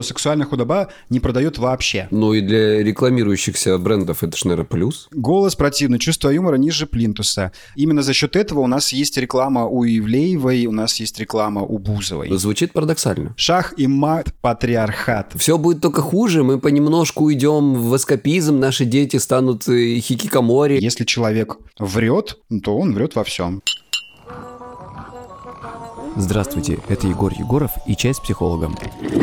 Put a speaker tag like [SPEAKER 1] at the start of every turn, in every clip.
[SPEAKER 1] Сексуальная худоба не продает вообще.
[SPEAKER 2] Ну и для рекламирующихся брендов это ж, наверное, плюс.
[SPEAKER 1] Голос противный, чувство юмора ниже плинтуса. Именно за счет этого у нас есть реклама у Ивлеевой, у нас есть реклама у Бузовой.
[SPEAKER 2] Звучит парадоксально.
[SPEAKER 1] Шах и мат, патриархат.
[SPEAKER 2] Все будет только хуже, мы понемножку уйдем в эскапизм, наши дети станут хикикамори.
[SPEAKER 1] Если человек врет, то он врет во всем.
[SPEAKER 2] Здравствуйте, это Егор Егоров и «Чай с психологом».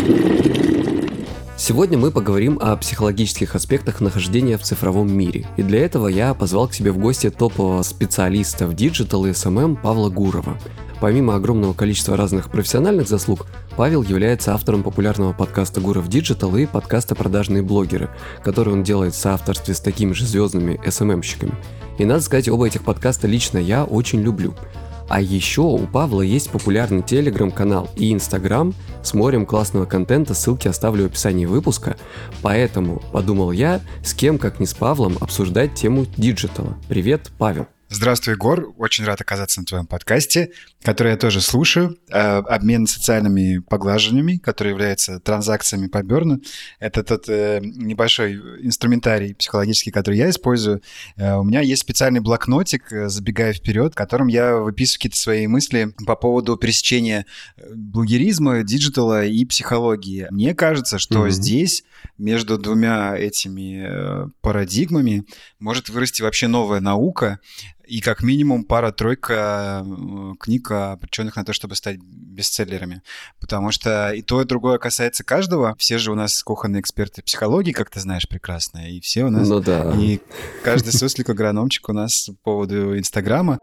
[SPEAKER 2] Сегодня мы поговорим о психологических аспектах нахождения в цифровом мире. И для этого я позвал к себе в гости топового специалиста в диджитал и СММ Павла Гурова. Помимо огромного количества разных профессиональных заслуг, Павел является автором популярного подкаста «Гуров Диджитал» и подкаста «Продажные блогеры», который он делает в соавторстве с такими же звездными СММщиками. И надо сказать, оба этих подкаста лично я очень люблю. А еще у Павла есть популярный телеграм-канал и инстаграм с морем классного контента, ссылки оставлю в описании выпуска. Поэтому подумал я, с кем, как не с Павлом, обсуждать тему диджитала. Привет, Павел.
[SPEAKER 1] Здравствуй, Егор. Очень рад оказаться на твоем подкасте, который я тоже слушаю. Обмен социальными поглаживаниями, который является транзакциями по Берну. Это тот небольшой инструментарий психологический, который я использую. У меня есть специальный блокнотик, забегая вперед, в котором я выписываю какие-то свои мысли по поводу пересечения блогеризма, диджитала и психологии. Мне кажется, что здесь между двумя этими парадигмами может вырасти вообще новая наука, и как минимум пара-тройка книг, обреченных на то, чтобы стать бестселлерами. Потому что и то, и другое касается каждого. Все же у нас кухонные эксперты психологии, как ты знаешь прекрасно. И все у нас...
[SPEAKER 2] Ну да.
[SPEAKER 1] И каждый суслик-агрономчик у нас по поводу Инстаграма.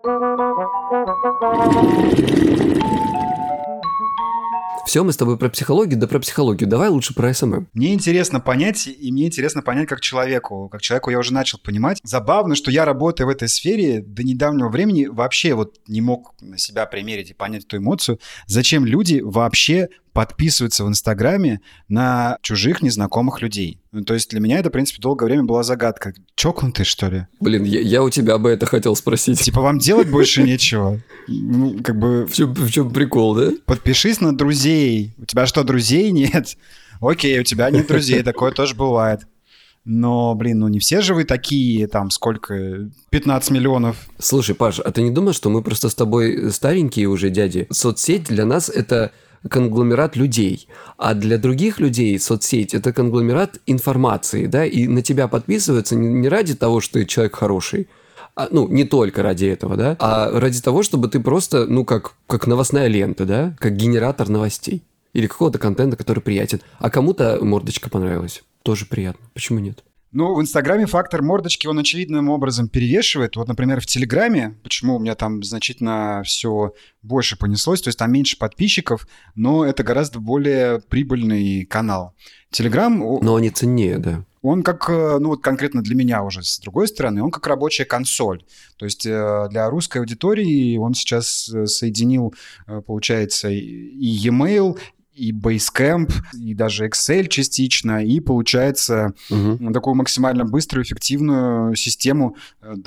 [SPEAKER 2] Все, мы с тобой про психологию, да про психологию. Давай лучше про СММ.
[SPEAKER 1] Мне интересно понять как человеку. Как человеку я уже начал понимать. Забавно, что я, работая в этой сфере, до недавнего времени вообще вот не мог на себя примерить и понять эту эмоцию. Зачем люди вообще подписываются в Инстаграме на чужих незнакомых людей? Ну, то есть для меня это, в принципе, долгое время была загадка. Чокнутый, что ли?
[SPEAKER 2] Блин, я у тебя бы это хотел спросить.
[SPEAKER 1] Типа вам делать больше нечего? Ну, как бы...
[SPEAKER 2] В чем прикол, да?
[SPEAKER 1] Подпишись на друзей. У тебя что, друзей нет? Окей, у тебя нет друзей, такое тоже бывает. Но, блин, ну не все же вы такие, там, сколько, 15 миллионов.
[SPEAKER 2] Слушай, Паш, а ты не думаешь, что мы просто с тобой старенькие уже дяди? Соцсеть для нас это конгломерат людей, а для других людей соцсеть это конгломерат информации, да, и на тебя подписываются не ради того, что ты человек хороший, ну, не только ради этого, да, а ради того, чтобы ты просто, ну, как новостная лента, да, как генератор новостей или какого-то контента, который приятен. А кому-то мордочка понравилась, тоже приятно, почему нет?
[SPEAKER 1] Ну, в Инстаграме фактор мордочки, он очевидным образом перевешивает. Вот, например, в Телеграме, почему у меня там значительно все больше понеслось, то есть там меньше подписчиков, но это гораздо более прибыльный канал. Телеграм...
[SPEAKER 2] Но они ценнее, да.
[SPEAKER 1] Он как, ну вот конкретно для меня уже с другой стороны, он как рабочая консоль. То есть для русской аудитории он сейчас соединил, получается, и e-mail, и Basecamp, и даже Excel частично, и получается такую максимально быструю, эффективную систему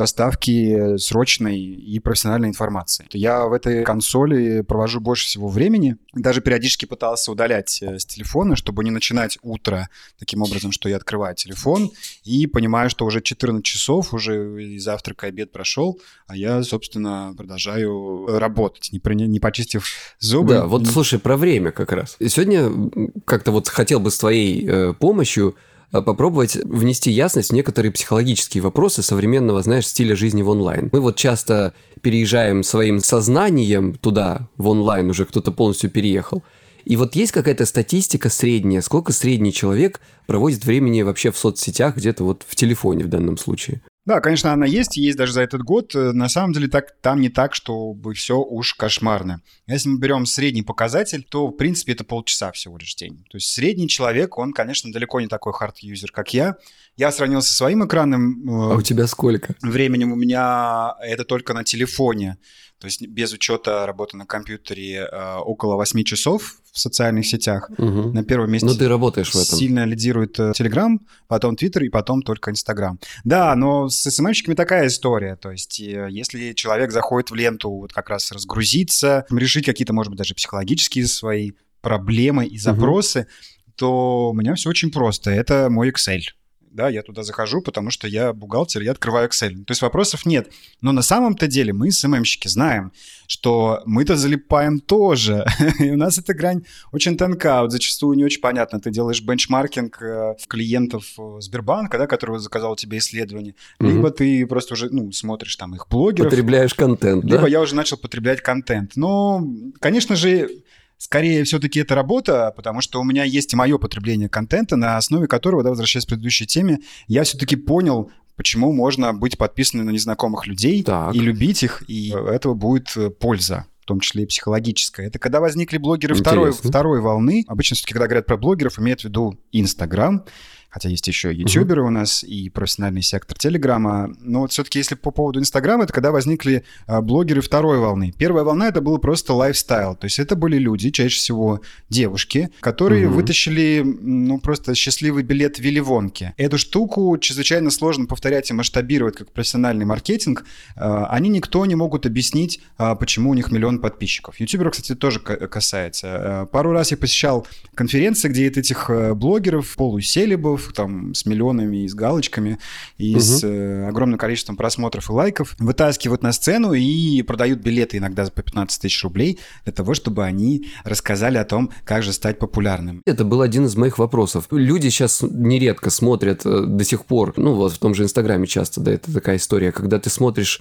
[SPEAKER 1] доставки срочной и профессиональной информации. Я в этой консоли провожу больше всего времени. Даже периодически пытался удалять с телефона, чтобы не начинать утро таким образом, что я открываю телефон и понимаю, что уже 14 часов, уже и завтрак, и обед прошел, а я, собственно, продолжаю работать, не почистив зубы.
[SPEAKER 2] Да, вот слушай, про время как раз. И сегодня как-то вот хотел бы с твоей помощью попробовать внести ясность в некоторые психологические вопросы современного, знаешь, стиля жизни в онлайн. Мы вот часто переезжаем своим сознанием туда, в онлайн, уже кто-то полностью переехал. И вот есть какая-то статистика средняя, сколько средний человек проводит времени вообще в соцсетях, где-то вот в телефоне в данном случае?
[SPEAKER 1] Да, конечно, она есть даже за этот год. На самом деле там не так, чтобы все уж кошмарно. Если мы берем средний показатель, то, в принципе, это полчаса всего лишь в день. То есть средний человек, он, конечно, далеко не такой хард-юзер, как я. Я сравнил со своим экранным...
[SPEAKER 2] А у тебя сколько?
[SPEAKER 1] Временем у меня это только на телефоне. То есть без учета работы на компьютере около 8 часов в социальных сетях.
[SPEAKER 2] Угу.
[SPEAKER 1] На первом месте
[SPEAKER 2] ты работаешь в этом.
[SPEAKER 1] Сильно лидирует Telegram, потом Twitter и потом только Instagram. Да, но с СММщиками такая история. То есть если человек заходит в ленту вот как раз разгрузиться, решить какие-то, может быть, даже психологические свои проблемы и запросы, то у меня все очень просто. Это мой Excel. Да, я туда захожу, потому что я бухгалтер, я открываю Excel. То есть вопросов нет. Но на самом-то деле мы, СММщики, знаем, что мы-то залипаем тоже. И у нас эта грань очень тонка. Вот зачастую не очень понятно. Ты делаешь бенчмаркинг клиентов Сбербанка, да, который заказал тебе исследование. Либо ты просто уже смотришь там их блогеров.
[SPEAKER 2] Потребляешь контент, да?
[SPEAKER 1] Либо я уже начал потреблять контент. Но, конечно же, скорее все-таки это работа, потому что у меня есть и мое потребление контента, на основе которого, да, возвращаясь к предыдущей теме, я все-таки понял, почему можно быть подписанным на незнакомых людей и любить их, и этого будет польза, в том числе и психологическая. Это когда возникли блогеры второй волны. Обычно все-таки, когда говорят про блогеров, имеют в виду Инстаграм, хотя есть еще ютуберы у нас и профессиональный сектор Телеграма. Но вот все-таки если по поводу Инстаграма, это когда возникли блогеры второй волны. Первая волна — это было просто лайфстайл. То есть это были люди, чаще всего девушки, которые вытащили, просто счастливый билет в Вилливонке. Эту штуку чрезвычайно сложно повторять и масштабировать как профессиональный маркетинг. Они никто не могут объяснить, почему у них миллион подписчиков. Ютуберов, кстати, тоже касается. Пару раз я посещал конференции, где этих блогеров, полуселебов, там, с миллионами и с галочками, и с огромным количеством просмотров и лайков, вытаскивают на сцену и продают билеты иногда по 15 тысяч рублей для того, чтобы они рассказали о том, как же стать популярным.
[SPEAKER 2] Это был один из моих вопросов. Люди сейчас нередко смотрят до сих пор, вот в том же Инстаграме часто, да, это такая история, когда ты смотришь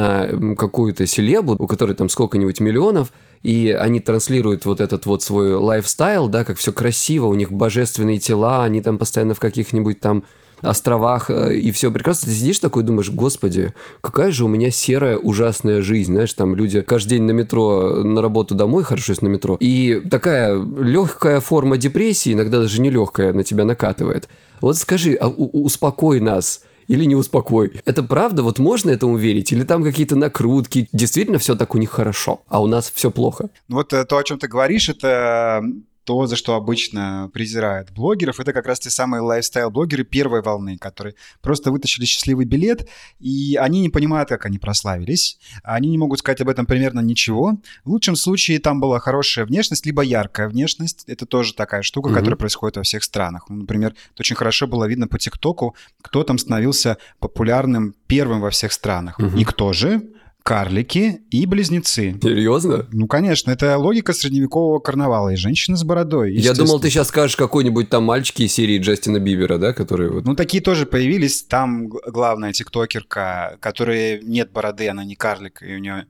[SPEAKER 2] на какую-то селебу, у которой там сколько-нибудь миллионов, и они транслируют вот этот вот свой лайфстайл, да, как все красиво, у них божественные тела, они там постоянно в каких-нибудь там островах, и все прекрасно. Ты сидишь такой и думаешь, господи, какая же у меня серая ужасная жизнь, знаешь, там люди каждый день на метро, на работу домой, хорошо, если на метро, и такая легкая форма депрессии, иногда даже не легкая, на тебя накатывает. Вот скажи, успокой нас. Или не успокой. Это правда? Вот можно этому верить? Или там какие-то накрутки? Действительно все так у них хорошо, а у нас все плохо?
[SPEAKER 1] Вот то, о чем ты говоришь, это то, за что обычно презирают блогеров, это как раз те самые лайфстайл-блогеры первой волны, которые просто вытащили счастливый билет, и они не понимают, как они прославились, они не могут сказать об этом примерно ничего. В лучшем случае там была хорошая внешность, либо яркая внешность. Это тоже такая штука, которая происходит во всех странах. Например, это очень хорошо было видно по ТикТоку, кто там становился популярным первым во всех странах. И кто же? Карлики и близнецы.
[SPEAKER 2] Серьезно?
[SPEAKER 1] Конечно, это логика средневекового карнавала. И женщина с бородой.
[SPEAKER 2] Я думал, ты сейчас скажешь какой-нибудь там мальчики из серии Джастина Бибера, да, которые вот...
[SPEAKER 1] такие тоже появились. Там главная тиктокерка, которой нет бороды, она не карлик, и у нее...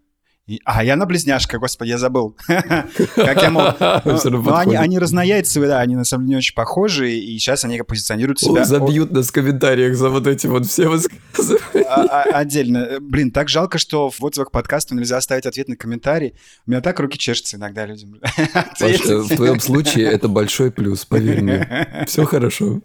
[SPEAKER 1] я она близняшка, господи, я забыл. Как я мог... Но они разнояйцевые, да, они на самом деле очень похожи, и сейчас они позиционируют себя...
[SPEAKER 2] Забьют нас в комментариях за вот эти вот все высказывания.
[SPEAKER 1] Отдельно. Блин, так жалко, что в отзывах подкаста нельзя оставить ответный комментарий. У меня так руки чешутся иногда людям.
[SPEAKER 2] Паша, в твоем случае это большой плюс, поверь мне. Все хорошо.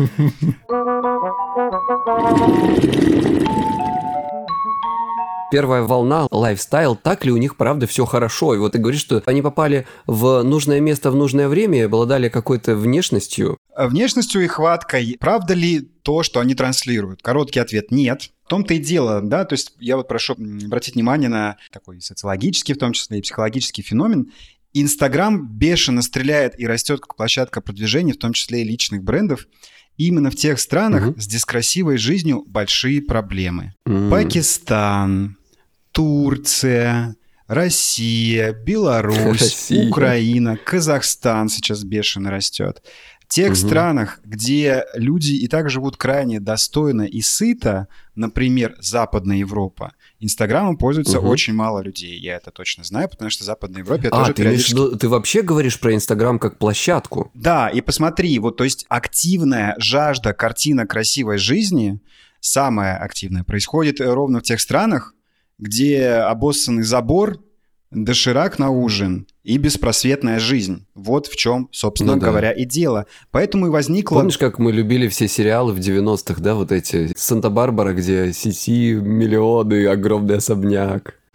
[SPEAKER 2] Первая волна, лайфстайл, так ли у них, правда, все хорошо? И вот ты говоришь, что они попали в нужное место в нужное время, обладали какой-то внешностью.
[SPEAKER 1] Внешностью и хваткой. Правда ли то, что они транслируют? Короткий ответ – нет. В том-то и дело, да, то есть я вот прошу обратить внимание на такой социологический, в том числе и психологический феномен. Инстаграм бешено стреляет и растет как площадка продвижения, в том числе и личных брендов. Именно в тех странах с дискрасивой жизнью большие проблемы. Пакистан, Турция, Россия, Беларусь, Украина, Казахстан сейчас бешено растет. В тех странах, где люди и так живут крайне достойно и сыто, например, Западная Европа, Инстаграмом пользуется очень мало людей. Я это точно знаю, потому что в Западной Европе я тоже периодически...
[SPEAKER 2] Ты вообще говоришь про Инстаграм как площадку?
[SPEAKER 1] Да, и посмотри, вот, то есть активная жажда картина красивой жизни, самая активная, происходит ровно в тех странах, где обоссанный забор, доширак на ужин и беспросветная жизнь. Вот в чем, собственно говоря, и дело. Поэтому и возникло...
[SPEAKER 2] Помнишь, как мы любили все сериалы в 90-х, да, вот эти? Санта-Барбара, где Сиси, миллионы, огромный особняк.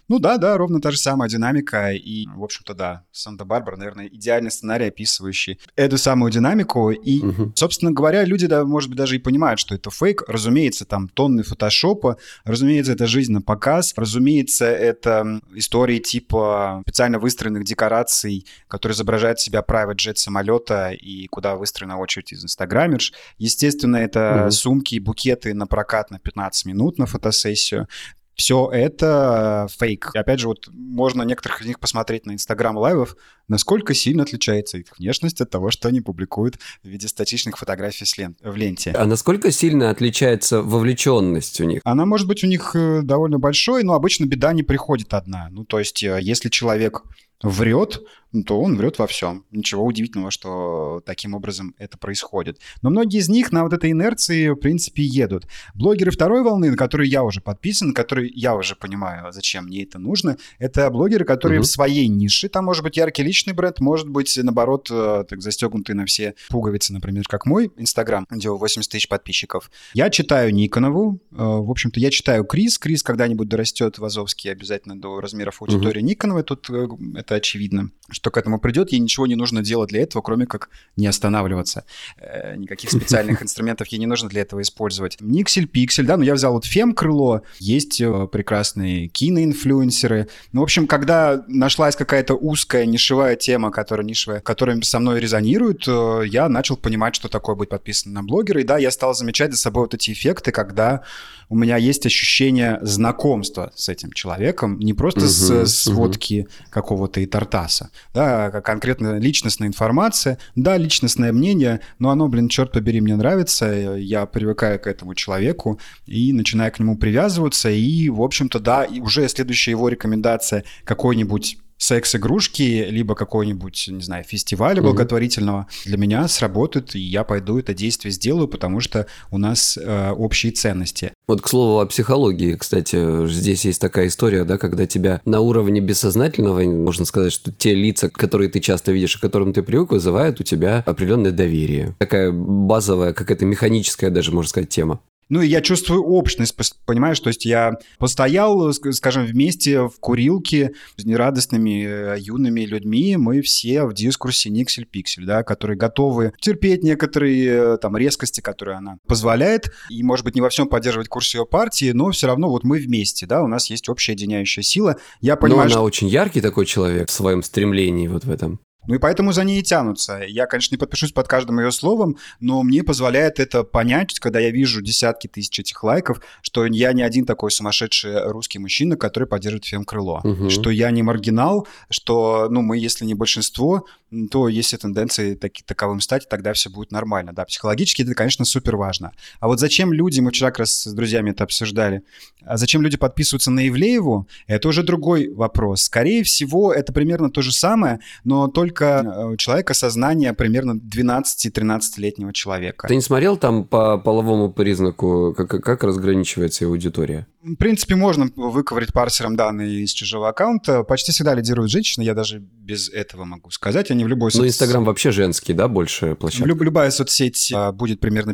[SPEAKER 1] Ну да, ровно та же самая динамика. И, в общем-то, да, Санта-Барбара, наверное, идеальный сценарий, описывающий эту самую динамику. И, собственно говоря, люди, да, может быть, даже и понимают, что это фейк. Разумеется, там тонны фотошопа, разумеется, это жизнь на показ, разумеется, это истории типа специально выстроенных декораций, которые изображают себя private jet самолета и куда выстроена очередь из инстаграмерш. Естественно, это сумки и букеты на прокат на 15 минут на фотосессию. Все это фейк. И опять же, вот можно некоторых из них посмотреть на Instagram лайвов, насколько сильно отличается их внешность от того, что они публикуют в виде статичных фотографий в ленте.
[SPEAKER 2] А насколько сильно отличается вовлеченность у них?
[SPEAKER 1] Она может быть у них довольно большой, но обычно беда не приходит одна. Ну, то есть, если человек врет, то он врет во всем. Ничего удивительного, что таким образом это происходит. Но многие из них на вот этой инерции, в принципе, едут. Блогеры второй волны, на которые я уже подписан, которые я уже понимаю, зачем мне это нужно, это блогеры, которые в своей нише. Там может быть яркий личный бренд, может быть, наоборот, так застегнутый на все пуговицы, например, как мой Инстаграм, где 80 тысяч подписчиков. Я читаю Никонову, в общем-то, я читаю Крис. Крис когда-нибудь дорастет в Азовский обязательно до размеров аудитории Никоновой. Тут это очевидно, что к этому придет, ей ничего не нужно делать для этого, кроме как не останавливаться. Никаких специальных инструментов ей не нужно для этого использовать. Никсель, Пиксель, да, но я взял вот Фем-крыло, есть прекрасные киноинфлюенсеры. Ну, в общем, когда нашлась какая-то узкая нишевая тема, которая со мной резонирует, я начал понимать, что такое быть подписан на блогера, и да, я стал замечать за собой вот эти эффекты, когда у меня есть ощущение знакомства с этим человеком, не просто с сводки какого-то и Тартаса, да, конкретно личностная информация, да, личностное мнение, но оно, черт побери, мне нравится, я привыкаю к этому человеку и начинаю к нему привязываться, и, в общем-то, да, и уже следующая его рекомендация какой-нибудь секс-игрушки, либо какой-нибудь, не знаю, фестиваля благотворительного для меня сработает, и я пойду это действие сделаю, потому что у нас общие ценности.
[SPEAKER 2] Вот, к слову, о психологии, кстати, здесь есть такая история, да, когда тебя на уровне бессознательного, можно сказать, что те лица, которые ты часто видишь и к которым ты привык, вызывают у тебя определенное доверие. Такая базовая, какая-то механическая даже, можно сказать, тема.
[SPEAKER 1] Ну, и я чувствую общность, понимаешь? То есть я постоял, скажем, вместе в курилке с нерадостными юными людьми, мы все в дискурсе Никсель-Пиксель, да, которые готовы терпеть некоторые там резкости, которые она позволяет, и, может быть, не во всем поддерживать курс ее партии, но все равно вот мы вместе, да, у нас есть общая объединяющая сила. Я понимаю,
[SPEAKER 2] но она очень яркий такой человек в своем стремлении вот в этом.
[SPEAKER 1] Ну и поэтому за ней и тянутся. Я, конечно, не подпишусь под каждым ее словом, но мне позволяет это понять, когда я вижу десятки тысяч этих лайков, что я не один такой сумасшедший русский мужчина, который поддерживает фем-крыло. Что я не маргинал, что, ну, мы, если не большинство, то если тенденции таковым стать, тогда все будет нормально. Да, психологически это, конечно, супер важно. А вот зачем люди, мы вчера как раз с друзьями это обсуждали, а зачем люди подписываются на Ивлееву, это уже другой вопрос. Скорее всего, это примерно то же самое, но только у человека сознание примерно 12-13-летнего человека.
[SPEAKER 2] Ты не смотрел там по половому признаку, как разграничивается аудитория?
[SPEAKER 1] В принципе, можно выковырять парсером данные из чужого аккаунта. Почти всегда лидируют женщины, я даже без этого могу сказать. Они в любой соцсети...
[SPEAKER 2] Ну, Инстаграм вообще женский, да, больше площадка?
[SPEAKER 1] Любая соцсеть будет примерно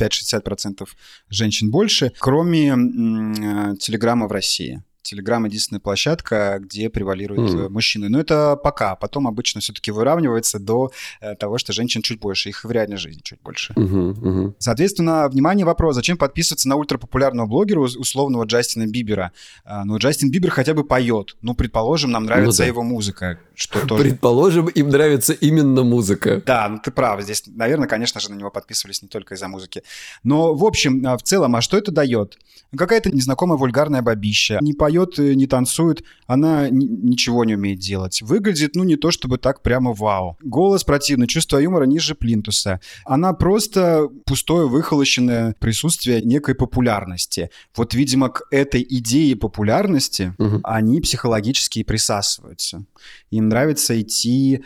[SPEAKER 1] 55-60% женщин больше, кроме Телеграма в России. Телеграм — единственная площадка, где превалируют мужчины. Но это пока. Потом обычно все-таки выравнивается до того, что женщин чуть больше. Их в реальной жизни чуть больше. Соответственно, внимание, вопрос. Зачем подписываться на ультрапопулярного блогера, условного Джастина Бибера? Ну, Джастин Бибер хотя бы поет. Ну, предположим, нам нравится его музыка. Что тоже...
[SPEAKER 2] Предположим, им нравится именно музыка.
[SPEAKER 1] Да, ну ты прав. Здесь, наверное, конечно же, на него подписывались не только из-за музыки. Но, в общем, в целом, а что это дает? Какая-то незнакомая вульгарная бабища. Не поет, не танцует, она ничего не умеет делать. Выглядит, ну, не то чтобы так прямо вау. Голос противный, чувство юмора ниже плинтуса. Она просто пустое, выхолощенное присутствие некой популярности. Вот, видимо, к этой идее популярности они психологически и присасываются. Им нравится идти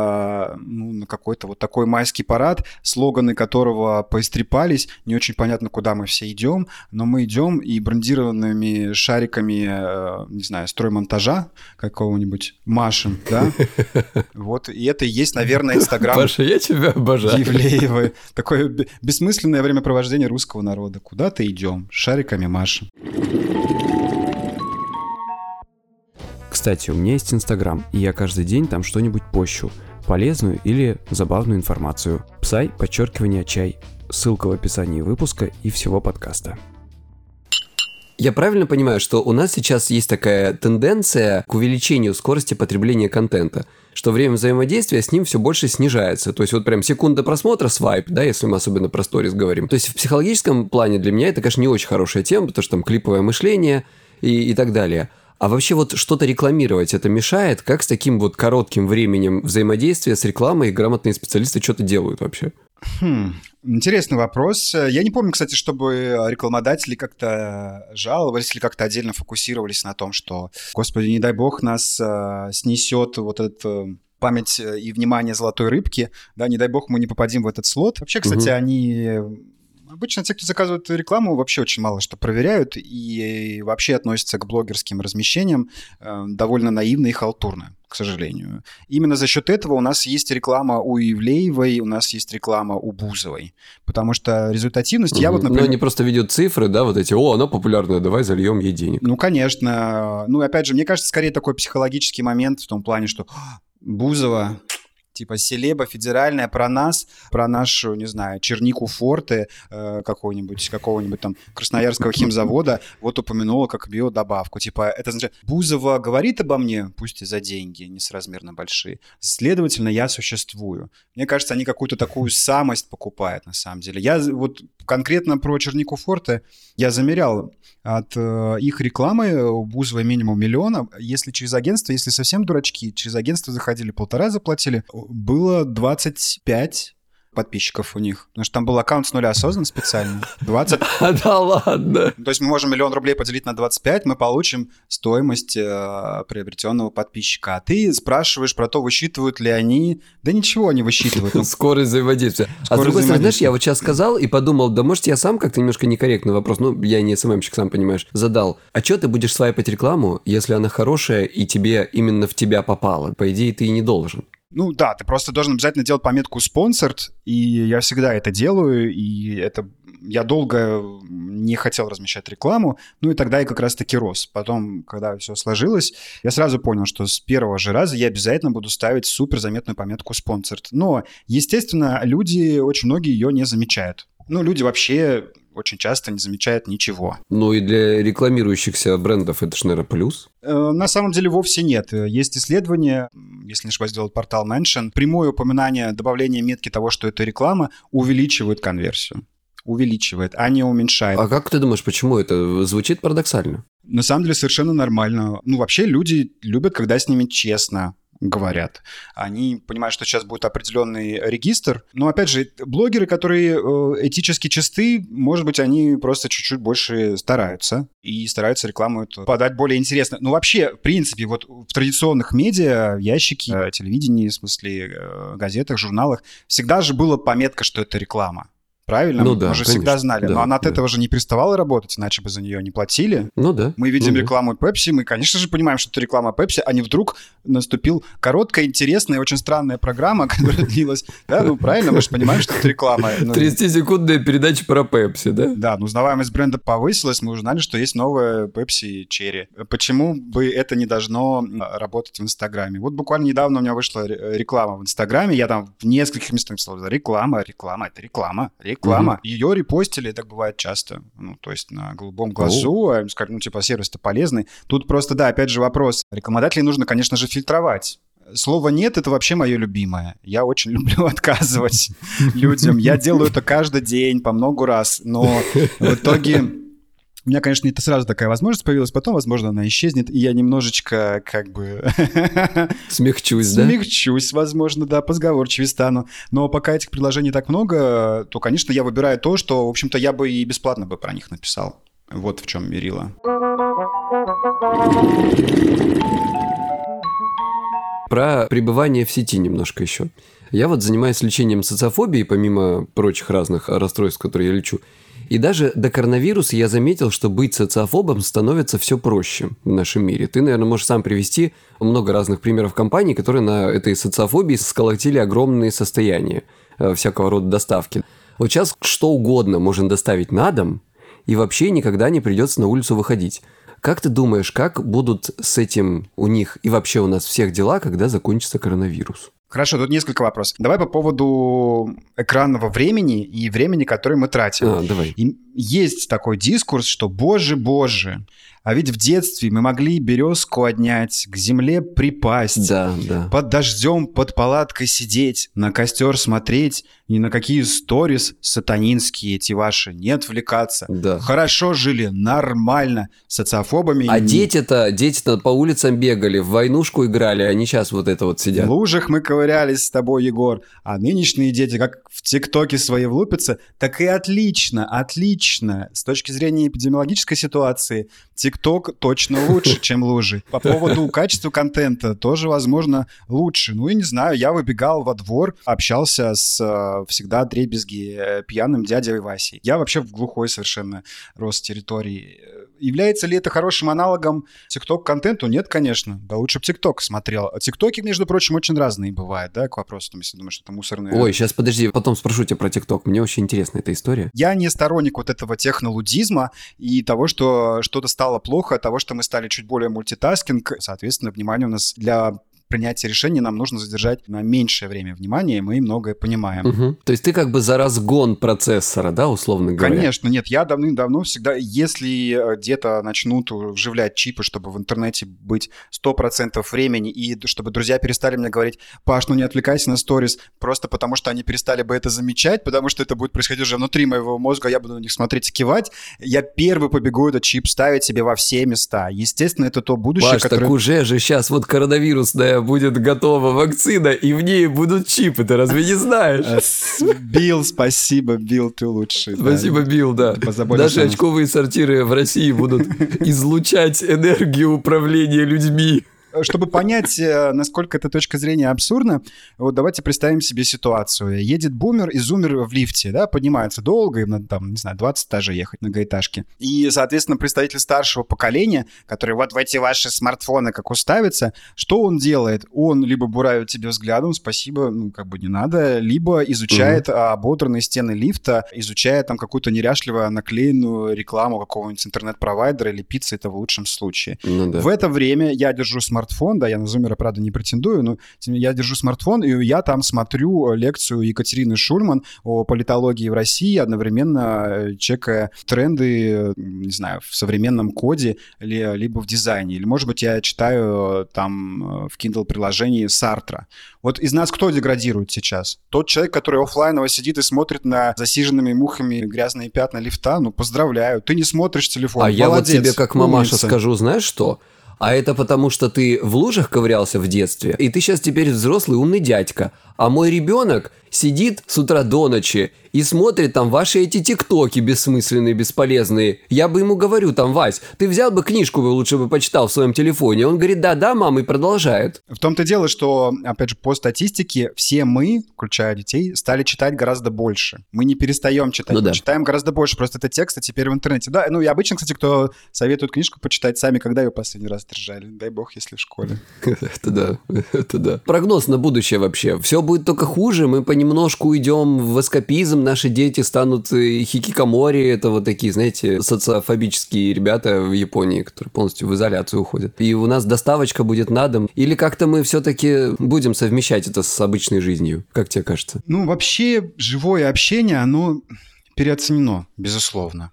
[SPEAKER 1] на какой-то вот такой майский парад, слоганы которого поистрепались, не очень понятно, куда мы все идем, но мы идем и брендированными шариками, не знаю, строймонтажа какого-нибудь машем, да? Вот, и это и есть, наверное, Инстаграм.
[SPEAKER 2] Паша, я тебя обожаю.
[SPEAKER 1] Ивлеевой. Такое бессмысленное времяпровождение русского народа. Куда-то идем, шариками машем.
[SPEAKER 2] Кстати, у меня есть Инстаграм, и я каждый день там что-нибудь пощу. Полезную или забавную информацию. Psy_чай. Ссылка в описании выпуска и всего подкаста. Я правильно понимаю, что у нас сейчас есть такая тенденция к увеличению скорости потребления контента, что время взаимодействия с ним все больше снижается. То есть вот прям секунда просмотра, свайп, да, если мы особенно про сторис говорим. То есть в психологическом плане для меня это, конечно, не очень хорошая тема, потому что там клиповое мышление и так далее. А вообще вот что-то рекламировать это мешает? Как с таким вот коротким временем взаимодействия с рекламой грамотные специалисты что-то делают вообще?
[SPEAKER 1] Интересный вопрос. Я не помню, кстати, чтобы рекламодатели как-то жаловались или как-то отдельно фокусировались на том, что, господи, не дай бог, нас снесет вот этот память и внимание золотой рыбки, да, не дай бог мы не попадем в этот слот. Вообще, кстати, они... Обычно те, кто заказывает рекламу, вообще очень мало что проверяют и вообще относятся к блогерским размещениям довольно наивно и халтурно, к сожалению. Именно за счет этого у нас есть реклама у Ивлеевой, у нас есть реклама у Бузовой, потому что результативность... Я вот, например...
[SPEAKER 2] Но они просто видят цифры, да, вот эти, она популярная, давай зальем ей денег.
[SPEAKER 1] Ну, конечно. Ну, опять же, мне кажется, скорее такой психологический момент в том плане, что Бузова... Типа селеба федеральная про нас, про нашу, не знаю, чернику Форте какого-нибудь там красноярского химзавода, вот упомянула как биодобавку. Типа это значит, Бузова говорит обо мне, пусть и за деньги несоразмерно большие, следовательно, я существую. Мне кажется, они какую-то такую самость покупают на самом деле. Я вот конкретно про чернику Форте я замерял от их рекламы у Бузовой минимум 1 миллион. Если через агентство, если совсем дурачки, через агентство заходили, 1,5 заплатили, было 25 подписчиков у них. Потому что там был аккаунт с нуля создан специально. 20.
[SPEAKER 2] Да ладно.
[SPEAKER 1] То есть мы можем 1 000 000 рублей поделить на 25, мы получим стоимость приобретенного подписчика. А ты спрашиваешь про то, высчитывают ли они... Да ничего не высчитывают.
[SPEAKER 2] Скорость взаимодействия. А с другой стороны, знаешь, я вот сейчас сказал и подумал, да может я сам как-то немножко некорректный вопрос, я не СММщик, сам понимаешь, задал. А что ты будешь свайпать рекламу, если она хорошая и тебе именно в тебя попала? По идее, ты и не должен.
[SPEAKER 1] Ну да, ты просто должен обязательно делать пометку «спонсорд», и я всегда это делаю, и это... Я долго не хотел размещать рекламу, и тогда я как раз-таки рос. Потом, когда все сложилось, я сразу понял, что с первого же раза я обязательно буду ставить суперзаметную пометку «спонсорд». Но, естественно, люди, очень многие ее не замечают. Люди вообще очень часто не замечают ничего.
[SPEAKER 2] Ну и для рекламирующихся брендов это ж, наверное, плюс?
[SPEAKER 1] На самом деле вовсе нет. Есть исследование, если не ошибаюсь, делал портал Mention. Прямое упоминание, добавление метки того, что это реклама, увеличивает конверсию. Увеличивает, а не уменьшает.
[SPEAKER 2] А как ты думаешь, почему это звучит парадоксально?
[SPEAKER 1] На самом деле совершенно нормально. Вообще люди любят, когда с ними честно говорят. Они понимают, что сейчас будет определенный регистр. Но, опять же, блогеры, которые этически чисты, может быть, они просто чуть-чуть больше стараются. И стараются рекламу эту подать более интересно. Вообще, в принципе, вот в традиционных медиа, в ящике, телевидении, в смысле, газетах, журналах, всегда же была пометка, что это реклама. Правильно?
[SPEAKER 2] Ну да,
[SPEAKER 1] мы же
[SPEAKER 2] конечно,
[SPEAKER 1] всегда знали.
[SPEAKER 2] Да,
[SPEAKER 1] но она от этого же не переставала работать, иначе бы за нее не платили.
[SPEAKER 2] Ну да.
[SPEAKER 1] Мы видим рекламу Pepsi, мы, конечно же, понимаем, что это реклама Pepsi, а не вдруг наступил короткая, интересная, очень странная программа, которая длилась. Да, правильно, мы же понимаем, что это реклама.
[SPEAKER 2] 30-секундная передача про Pepsi, да?
[SPEAKER 1] Да, узнаваемость бренда повысилась, мы узнали, что есть новая Pepsi Cherry. Почему бы это не должно работать в Инстаграме? Вот буквально недавно у меня вышла реклама в Инстаграме, я там в нескольких местах написал: реклама, это реклама. Ее репостили, так бывает часто. То есть на голубом глазу, им сказали, сервис-то полезный. Тут просто, да, опять же вопрос. Рекламодателей нужно, конечно же, фильтровать. Слово «нет» — это вообще мое любимое. Я очень люблю отказывать людям. Я делаю это каждый день, по много раз. Но в итоге... У меня, конечно, это сразу такая возможность появилась, потом, возможно, она исчезнет, и я немножечко
[SPEAKER 2] Смягчусь, да?
[SPEAKER 1] Смягчусь, возможно, да, позговорчивее стану. Но пока этих предложений так много, то, конечно, я выбираю то, что, в общем-то, я бы и бесплатно бы про них написал. Вот в чем мерило.
[SPEAKER 2] Про пребывание в сети немножко еще. Я вот занимаюсь лечением социофобии, помимо прочих разных расстройств, которые я лечу. И даже до коронавируса я заметил, что быть социофобом становится все проще в нашем мире. Ты, наверное, можешь сам привести много разных примеров компаний, которые на этой социофобии сколотили огромные состояния всякого рода доставки. Вот сейчас что угодно можно доставить на дом, и вообще никогда не придется на улицу выходить. Как ты думаешь, как будут с этим у них и вообще у нас всех дела, когда закончится коронавирус?
[SPEAKER 1] Хорошо, тут несколько вопросов. Давай по поводу экранного времени и времени, которое мы тратим.
[SPEAKER 2] Давай.
[SPEAKER 1] И есть такой дискурс, что боже, а ведь в детстве мы могли березку отнять, к земле припасть, под дождем, под палаткой сидеть, на костер смотреть, ни на какие сторис сатанинские эти ваши не отвлекаться.
[SPEAKER 2] Да.
[SPEAKER 1] Хорошо жили, нормально, социофобами.
[SPEAKER 2] А дети-то по улицам бегали, в войнушку играли, они сейчас вот это вот сидят.
[SPEAKER 1] В лужах мы ковырялись с тобой, Егор, а нынешние дети как в ТикТоке свои влупятся, так и отлично. С точки зрения эпидемиологической ситуации, ТикТок точно лучше, чем лужи. По поводу качества контента тоже, возможно, лучше. Ну, я не знаю, я выбегал во двор, общался с всегда дребезги пьяным дядей Васей. Я вообще в глухой совершенно рос территории. Является ли это хорошим аналогом ТикТок-контенту? Нет, конечно. Да лучше бы ТикТок смотрел. А ТикТоки, между прочим, очень разные бывают, да, к вопросу, там, если думаешь, что это мусорные...
[SPEAKER 2] Ой, сейчас подожди, потом спрошу тебя про ТикТок. Мне очень интересна эта история.
[SPEAKER 1] Я не сторонник вот этого технолудизма и того, что что-то стало плохо, того, что мы стали чуть более мультитаскинг. Соответственно, внимание у нас для принятия решений нам нужно задержать на меньшее время внимания, и мы многое понимаем.
[SPEAKER 2] Угу. То есть ты как бы за разгон процессора, да, условно говоря?
[SPEAKER 1] Конечно, нет, я давным-давно всегда, если где-то начнут вживлять чипы, чтобы в интернете быть 100% времени, и чтобы друзья перестали мне говорить: Паш, ну не отвлекайся на сторис, просто потому что они перестали бы это замечать, потому что это будет происходить уже внутри моего мозга, я буду на них смотреть и кивать, я первый побегу этот чип ставить себе во все места. Естественно, это то будущее,
[SPEAKER 2] Паш,
[SPEAKER 1] которое...
[SPEAKER 2] так уже же сейчас вот коронавирусная будет готова вакцина, и в ней будут чипы, ты разве не знаешь?
[SPEAKER 1] Билл, спасибо, Билл, ты лучший.
[SPEAKER 2] Спасибо, Билл, да. Наши очковые сортиры в России будут излучать энергию управления людьми.
[SPEAKER 1] Чтобы понять, насколько эта точка зрения абсурдна, вот давайте представим себе ситуацию. Едет бумер и зумер в лифте, да, поднимается долго, им надо там, не знаю, 20 этажей ехать на многоэтажке. И, соответственно, представитель старшего поколения, который вот в эти ваши смартфоны как уставится, что он делает? Он либо буравит тебе взглядом, спасибо, ну, как бы не надо, либо изучает ободранные стены лифта, изучает там какую-то неряшливо наклеенную рекламу какого-нибудь интернет-провайдера или пиццы, это в лучшем случае.
[SPEAKER 2] Ну, да.
[SPEAKER 1] В это время я держу смартфон, да, я на зумера, правда, не претендую, но я держу смартфон, и я там смотрю лекцию Екатерины Шульман о политологии в России, одновременно чекая тренды, не знаю, в современном коде либо в дизайне. Или, может быть, я читаю там в Kindle-приложении Сартра. Вот из нас кто деградирует сейчас? Тот человек, который офлайново сидит и смотрит на засиженными мухами грязные пятна лифта? Ну, поздравляю, ты не смотришь телефон.
[SPEAKER 2] А
[SPEAKER 1] молодец,
[SPEAKER 2] я вот тебе как мамаша
[SPEAKER 1] умница.
[SPEAKER 2] скажу, знаешь что? А это потому, что ты в лужах ковырялся в детстве, и ты сейчас теперь взрослый умный дядька. А мой ребенок сидит с утра до ночи и смотрит там ваши эти тиктоки бессмысленные, бесполезные. Я бы ему говорю там: Вась, ты взял бы книжку, лучше бы почитал в своем телефоне. Он говорит: да, мама, и продолжает.
[SPEAKER 1] В том-то дело, что, опять же, по статистике, все мы, включая детей, стали читать гораздо больше. Мы не перестаем читать, мы читаем гораздо больше. Просто это тексты теперь в интернете. Да, ну и обычно, кстати, кто советует книжку почитать сами, когда ее последний раз держали. Дай бог, если в школе.
[SPEAKER 2] Это да. Прогноз на будущее вообще. Все будет только хуже, мы понемножку уйдем в эскапизм, наши дети станут хикикамори, это вот такие, знаете, социофобические ребята в Японии, которые полностью в изоляцию уходят. И у нас доставочка будет на дом. Или как-то мы все-таки будем совмещать это с обычной жизнью? Как тебе кажется?
[SPEAKER 1] Ну, вообще, живое общение, оно переоценено, безусловно.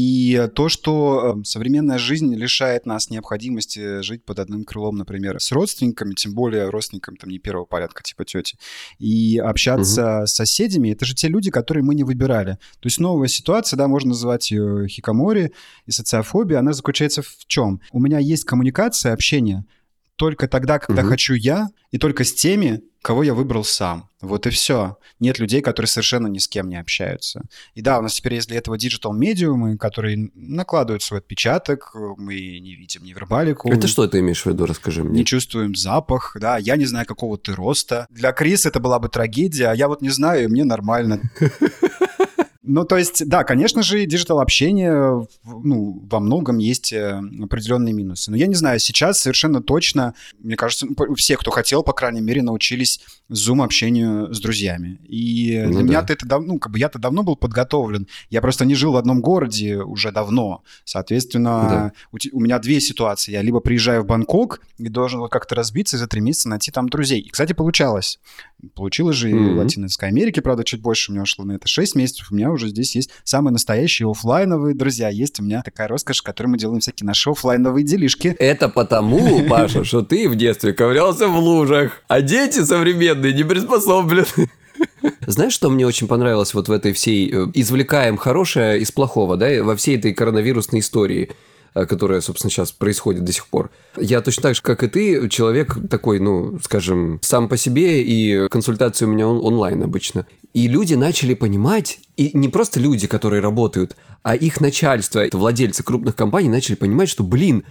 [SPEAKER 1] И то, что современная жизнь лишает нас необходимости жить под одним крылом, например, с родственниками, тем более родственниками там не первого порядка, типа тети, и общаться с соседями, это же те люди, которые мы не выбирали. То есть новая ситуация, да, можно называть ее хикамори и социофобия, она заключается в чем? У меня есть коммуникация, общение только тогда, когда хочу я, и только с теми, кого я выбрал сам. Вот и все. Нет людей, которые совершенно ни с кем не общаются. И да, у нас теперь есть для этого диджитал-медиумы, которые накладывают свой отпечаток, мы не видим ни вербалику.
[SPEAKER 2] Это что ты имеешь в виду, расскажи мне.
[SPEAKER 1] Не чувствуем запах, да, я не знаю, какого ты роста. Для Крис это была бы трагедия, а я вот не знаю, и мне нормально. Ну, то есть, да, конечно же, диджитал-общение, ну, во многом есть определенные минусы. Но я не знаю, сейчас совершенно точно, мне кажется, все, кто хотел, по крайней мере, научились Zoom-общению с друзьями. И для меня-то это давно, ну, как бы я-то давно был подготовлен. Я просто не жил в одном городе уже давно. Соответственно, у меня две ситуации. Я либо приезжаю в Бангкок и должен вот как-то разбиться и за 3 месяца найти там друзей. И, кстати, получалось. Получилось же и в Латинской Америке, правда, чуть больше у меня ушло на это 6 месяцев. У меня уже здесь есть самые настоящие офлайновые друзья. Есть у меня такая роскошь, в которой мы делаем всякие наши офлайновые делишки.
[SPEAKER 2] Это потому, Паша, что ты в детстве ковырялся в лужах, а дети современные не приспособлены. Знаешь, что мне очень понравилось вот в этой всей извлекаем хорошее из плохого, да, во всей этой коронавирусной истории, которая, собственно, сейчас происходит до сих пор. Я точно так же, как и ты, человек такой, ну, скажем, сам по себе, и консультации у меня онлайн обычно. И люди начали понимать, и не просто люди, которые работают, а их начальство, это владельцы крупных компаний, начали понимать, что,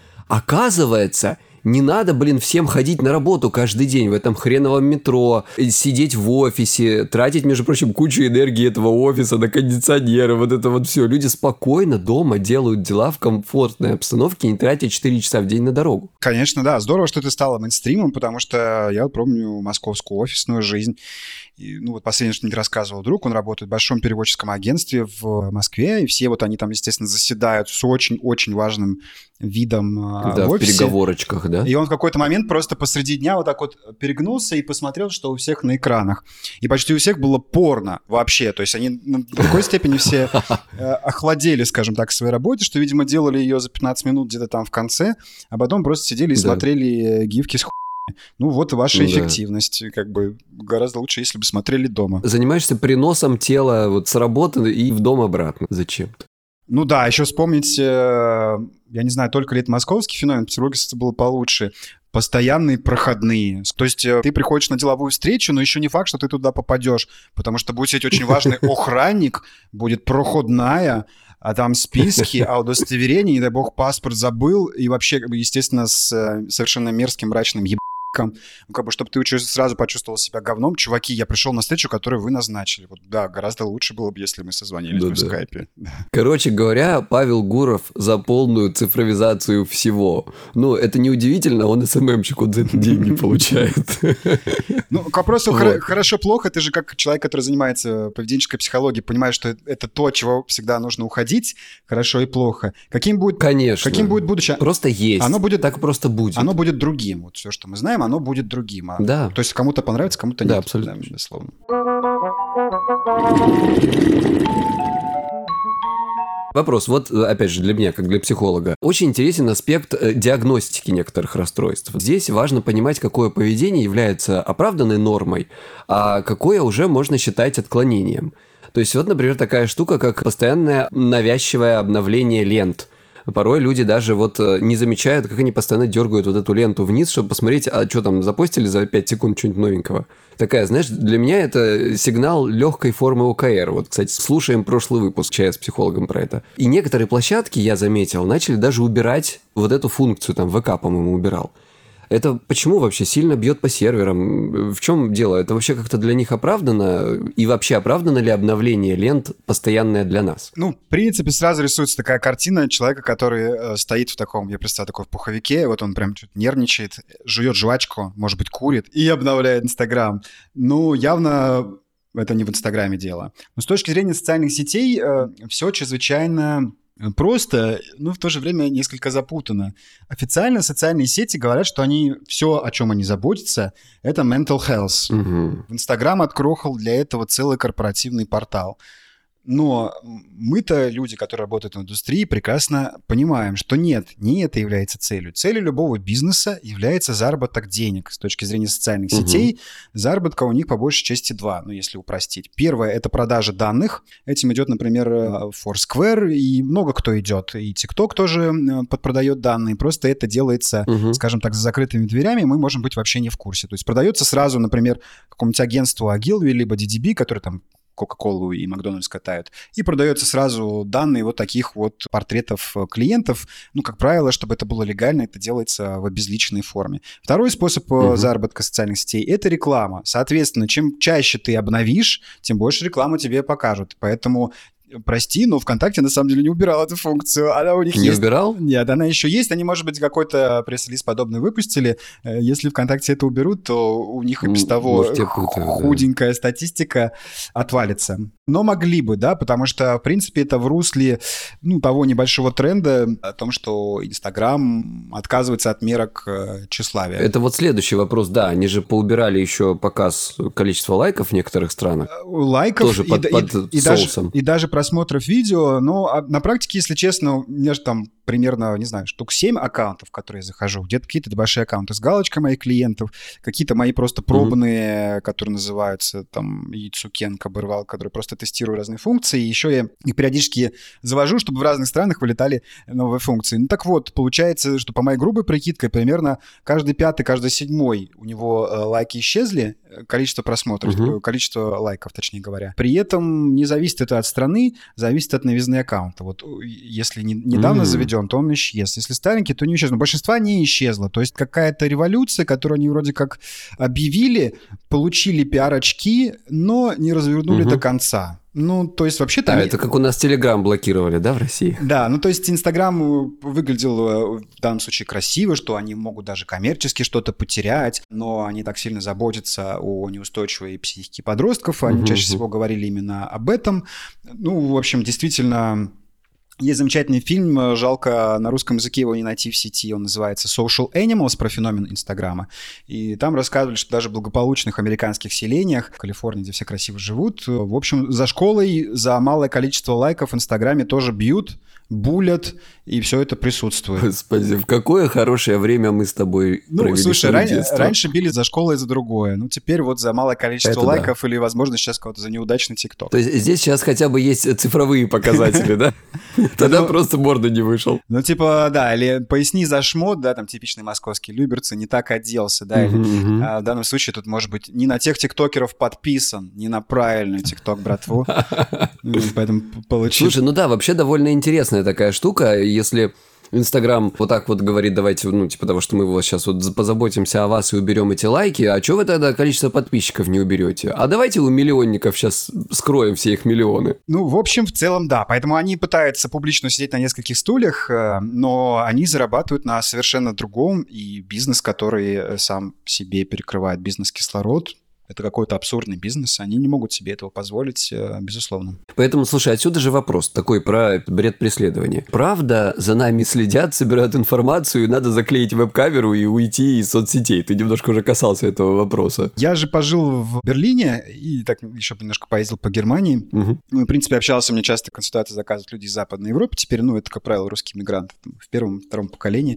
[SPEAKER 2] оказывается, не надо, всем ходить на работу каждый день в этом хреновом метро, сидеть в офисе, тратить, между прочим, кучу энергии этого офиса на кондиционеры, вот это вот все. Люди спокойно дома делают дела в комфортной обстановке, не тратя 4 часа в день на дорогу.
[SPEAKER 1] Конечно, да. Здорово, что ты стала мейнстримом, потому что я помню московскую офисную жизнь. И, ну, вот последнее, что мне рассказывал друг, он работает в большом переводческом агентстве в Москве, и все вот они там, естественно, заседают с очень-очень важным видом в офисе.
[SPEAKER 2] В переговорочках, да?
[SPEAKER 1] И он в какой-то момент просто посреди дня вот так вот перегнулся и посмотрел, что у всех на экранах. И почти у всех было порно вообще. То есть они в такой степени все охладели, скажем так, к своей работе, что, видимо, делали ее за 15 минут где-то там в конце, а потом просто сидели и смотрели гифки с хуйни. Ну вот и ваша эффективность. Как бы гораздо лучше, если бы смотрели дома.
[SPEAKER 2] Занимаешься переносом тела вот с работы и в дом обратно. Зачем-то.
[SPEAKER 1] Ну да, еще вспомнить, я не знаю, только ли это московский феномен, в Петербурге это было получше, постоянные проходные. То есть ты приходишь на деловую встречу, но еще не факт, что ты туда попадешь, потому что будет сидеть очень важный охранник, будет проходная, а там списки, а удостоверение, не дай бог, паспорт забыл, и вообще, естественно, с совершенно мерзким мрачным ебаном. Ну, как бы, чтобы ты сразу почувствовал себя говном. Чуваки, я пришел на встречу, которую вы назначили. Вот, да, гораздо лучше было бы, если мы созвонились в скайпе.
[SPEAKER 2] Короче говоря, Павел Гуров за полную цифровизацию всего. Ну, это неудивительно, он СММщик, он за это деньги получает.
[SPEAKER 1] Ну, к вопросу хорошо-плохо. Ты же как человек, который занимается поведенческой психологией, понимаешь, что это то, от чего всегда нужно уходить. Хорошо и плохо. Каким будет будущее?
[SPEAKER 2] Просто есть.
[SPEAKER 1] Оно будет,
[SPEAKER 2] так просто будет.
[SPEAKER 1] Оно будет другим. Вот все, что мы знаем, оно будет другим.
[SPEAKER 2] Да.
[SPEAKER 1] То есть кому-то понравится, кому-то нет.
[SPEAKER 2] Да, абсолютно.
[SPEAKER 1] Да, безусловно.
[SPEAKER 2] Вопрос, вот опять же для меня, как для психолога, очень интересен аспект диагностики некоторых расстройств. Здесь важно понимать, какое поведение является оправданной нормой, а какое уже можно считать отклонением. То есть вот, например, такая штука, как постоянное навязчивое обновление лент. Порой люди даже вот не замечают, как они постоянно дергают вот эту ленту вниз, чтобы посмотреть, а что там запостили за 5 секунд что-нибудь новенького. Такая, знаешь, для меня это сигнал легкой формы ОКР. Вот, кстати, слушаем прошлый выпуск чая с психологом про это. И некоторые площадки, я заметил, начали даже убирать вот эту функцию, там ВК, по-моему, убирал. Это почему вообще сильно бьет по серверам? В чем дело? Это вообще как-то для них оправдано? И вообще оправдано ли обновление лент постоянное для нас?
[SPEAKER 1] Ну, в принципе, сразу рисуется такая картина человека, который стоит в таком, я представляю, такой в пуховике, вот он прям что-то нервничает, жует жвачку, может быть, курит и обновляет Инстаграм. Ну, явно это не в Инстаграме дело. Но с точки зрения социальных сетей все чрезвычайно просто, но в то же время несколько запутанно. Официально социальные сети говорят, что они все, о чем они заботятся, это mental health. В Инстаграм открохал для этого целый корпоративный портал. Но мы-то, люди, которые работают в индустрии, прекрасно понимаем, что нет, не это является целью. Целью любого бизнеса является заработок денег. С точки зрения социальных сетей, заработка у них по большей части два, ну, если упростить. Первое – это продажа данных. Этим идет, например, Foursquare, и много кто идет. И TikTok тоже подпродает данные. Просто это делается, скажем так, за закрытыми дверями, мы можем быть вообще не в курсе. То есть продается сразу, например, какому-нибудь агентству Ogilvy, либо DDB, который там Кока-Колу и Макдональдс катают, и продается сразу данные вот таких вот портретов клиентов. Ну, как правило, чтобы это было легально, это делается в обезличенной форме. Второй способ заработка социальных сетей – это реклама. Соответственно, чем чаще ты обновишь, тем больше рекламу тебе покажут. Поэтому прости, но ВКонтакте на самом деле не убирал эту функцию. Она у них
[SPEAKER 2] Не
[SPEAKER 1] есть.
[SPEAKER 2] убирал?
[SPEAKER 1] Нет, она еще есть. Они, может быть, какой-то пресс-релиз подобный выпустили. Если ВКонтакте это уберут, то у них и без того
[SPEAKER 2] Может, я путаю,
[SPEAKER 1] худенькая статистика отвалится. Но могли бы, да, потому что, в принципе, это в русле того небольшого тренда о том, что Инстаграм отказывается от мерок тщеславия.
[SPEAKER 2] Это вот следующий вопрос. Да, они же поубирали еще показ количества лайков в некоторых странах.
[SPEAKER 1] Лайков
[SPEAKER 2] тоже под соусом.
[SPEAKER 1] И даже просмотров видео. Но на практике, если честно, у меня же там примерно, не знаю, штук 7 аккаунтов, в которые я захожу. Где-то какие-то большие аккаунты с галочкой моих клиентов, какие-то мои просто пробные, которые называются там Яйцукен, Кабырвал, которые просто тестирую разные функции. И еще я их периодически завожу, чтобы в разных странах вылетали новые функции. Ну так вот, получается, что по моей грубой прикидке примерно каждый пятый, каждый седьмой у него лайки исчезли, количество просмотров, количество лайков, точнее говоря. При этом не зависит это от страны, зависит от новизны аккаунта. Вот если недавно заведен, то он исчез. Если старенький, то не исчез. Но большинство не исчезло. То есть какая-то революция, которую они вроде как объявили, получили пиар-очки, но не развернули до конца. Ну, то есть вообще-то...
[SPEAKER 2] Да, это как у нас Телеграм блокировали, да, в России?
[SPEAKER 1] Да, ну то есть Инстаграм выглядел в данном случае красиво, что они могут даже коммерчески что-то потерять, но они так сильно заботятся о неустойчивой психике подростков, они чаще всего говорили именно об этом. Ну, в общем, действительно... Есть замечательный фильм, жалко, на русском языке его не найти в сети, он называется «Social Animals», про феномен Инстаграма. И там рассказывали, что даже в благополучных американских селениях, в Калифорнии, где все красиво живут, в общем, за школой за малое количество лайков в Инстаграме тоже бьют, булят, и все это присутствует.
[SPEAKER 2] Господи, в какое хорошее время мы с тобой провели.
[SPEAKER 1] Слушай, раньше били за школу и за другое. Ну, теперь вот за малое количество это лайков или, возможно, сейчас кого-то за неудачный ТикТок.
[SPEAKER 2] То есть здесь сейчас хотя бы есть цифровые показатели, да? Тогда просто морда не вышел.
[SPEAKER 1] Ну, типа, да, или поясни за шмот, да, там типичный московский люберцы, не так оделся, да, или в данном случае тут, может быть, не на тех тиктокеров подписан, не на правильную тикток-братву. Поэтому получилось.
[SPEAKER 2] Слушай, ну да, вообще довольно интересная такая штука, если... Инстаграм вот так вот говорит, давайте, того, что мы вот сейчас вот позаботимся о вас и уберем эти лайки, а что вы тогда количество подписчиков не уберете? А давайте у миллионников сейчас скроем все их миллионы.
[SPEAKER 1] Ну, в общем, в целом, да. Поэтому они пытаются публично сидеть на нескольких стульях, но они зарабатывают на совершенно другом, и бизнес, который сам себе перекрывает бизнес-кислород, это какой-то абсурдный бизнес, они не могут себе этого позволить, безусловно.
[SPEAKER 2] Поэтому, слушай, отсюда же вопрос такой про бред преследования. Правда, за нами следят, собирают информацию, и надо заклеить веб-камеру и уйти из соцсетей? Ты немножко уже касался этого вопроса.
[SPEAKER 1] Я же пожил в Берлине и так еще немножко поездил по Германии. Ну, в принципе, общался, мне часто консультации заказывают люди из Западной Европы. Теперь, это, как правило, русские мигранты в первом, втором поколении.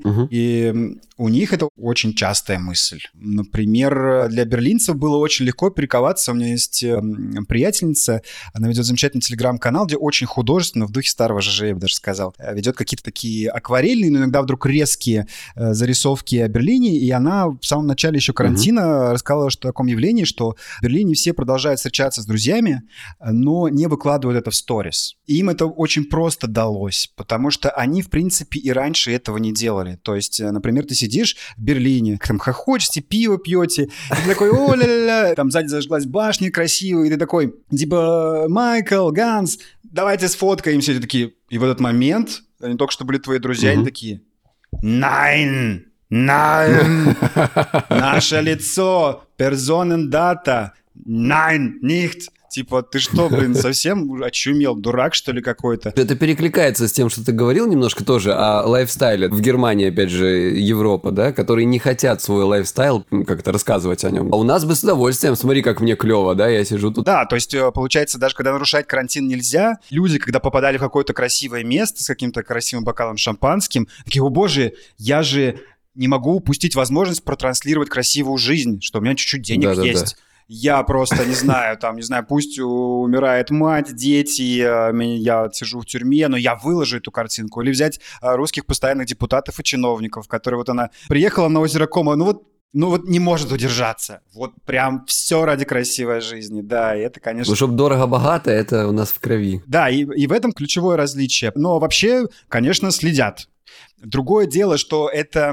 [SPEAKER 1] И у них это очень частая мысль. Например, для берлинцев было очень легко перековаться. У меня есть приятельница, она ведет замечательный телеграм-канал, где очень художественно, в духе старого ЖЖ, я бы даже сказал, ведет какие-то такие акварельные, но иногда вдруг резкие зарисовки о Берлине, и она в самом начале еще карантина рассказала о таком явлении, что в Берлине все продолжают встречаться с друзьями, но не выкладывают это в сторис. И им это очень просто далось, потому что они, в принципе, и раньше этого не делали. То есть, например, ты сидишь в Берлине, там хохочете, пиво пьете, и ты такой, о-ля-ля-ля, там сзади зажглась башня красивая, и ты такой, типа, Майкл, Ганс, давайте сфоткаемся. И все такие, и в этот момент, они только что были твои друзья, они такие, Nein, наше лицо, Personendata, nein, nicht. Типа, ты что, совсем очумел? Дурак, что ли, какой-то?
[SPEAKER 2] Это перекликается с тем, что ты говорил немножко тоже о лайфстайле. В Германии, опять же, Европа, да, которые не хотят свой лайфстайл как-то рассказывать о нем. А у нас бы с удовольствием, смотри, как мне клево, да, я сижу тут.
[SPEAKER 1] Да, то есть, получается, даже когда нарушать карантин нельзя, люди, когда попадали в какое-то красивое место с каким-то красивым бокалом шампанским, такие, о боже, я же не могу упустить возможность протранслировать красивую жизнь, что у меня чуть-чуть денег есть. Я просто не знаю, пусть умирает мать, дети, я сижу в тюрьме, но я выложу эту картинку. Или взять русских постоянных депутатов и чиновников, которые вот она приехала на озеро Кома, ну вот не может удержаться. Вот прям все ради красивой жизни, да, и это, конечно...
[SPEAKER 2] Ну, чтобы дорого-богато, это у нас в крови.
[SPEAKER 1] Да, и в этом ключевое различие. Но вообще, конечно, следят. Другое дело, что это...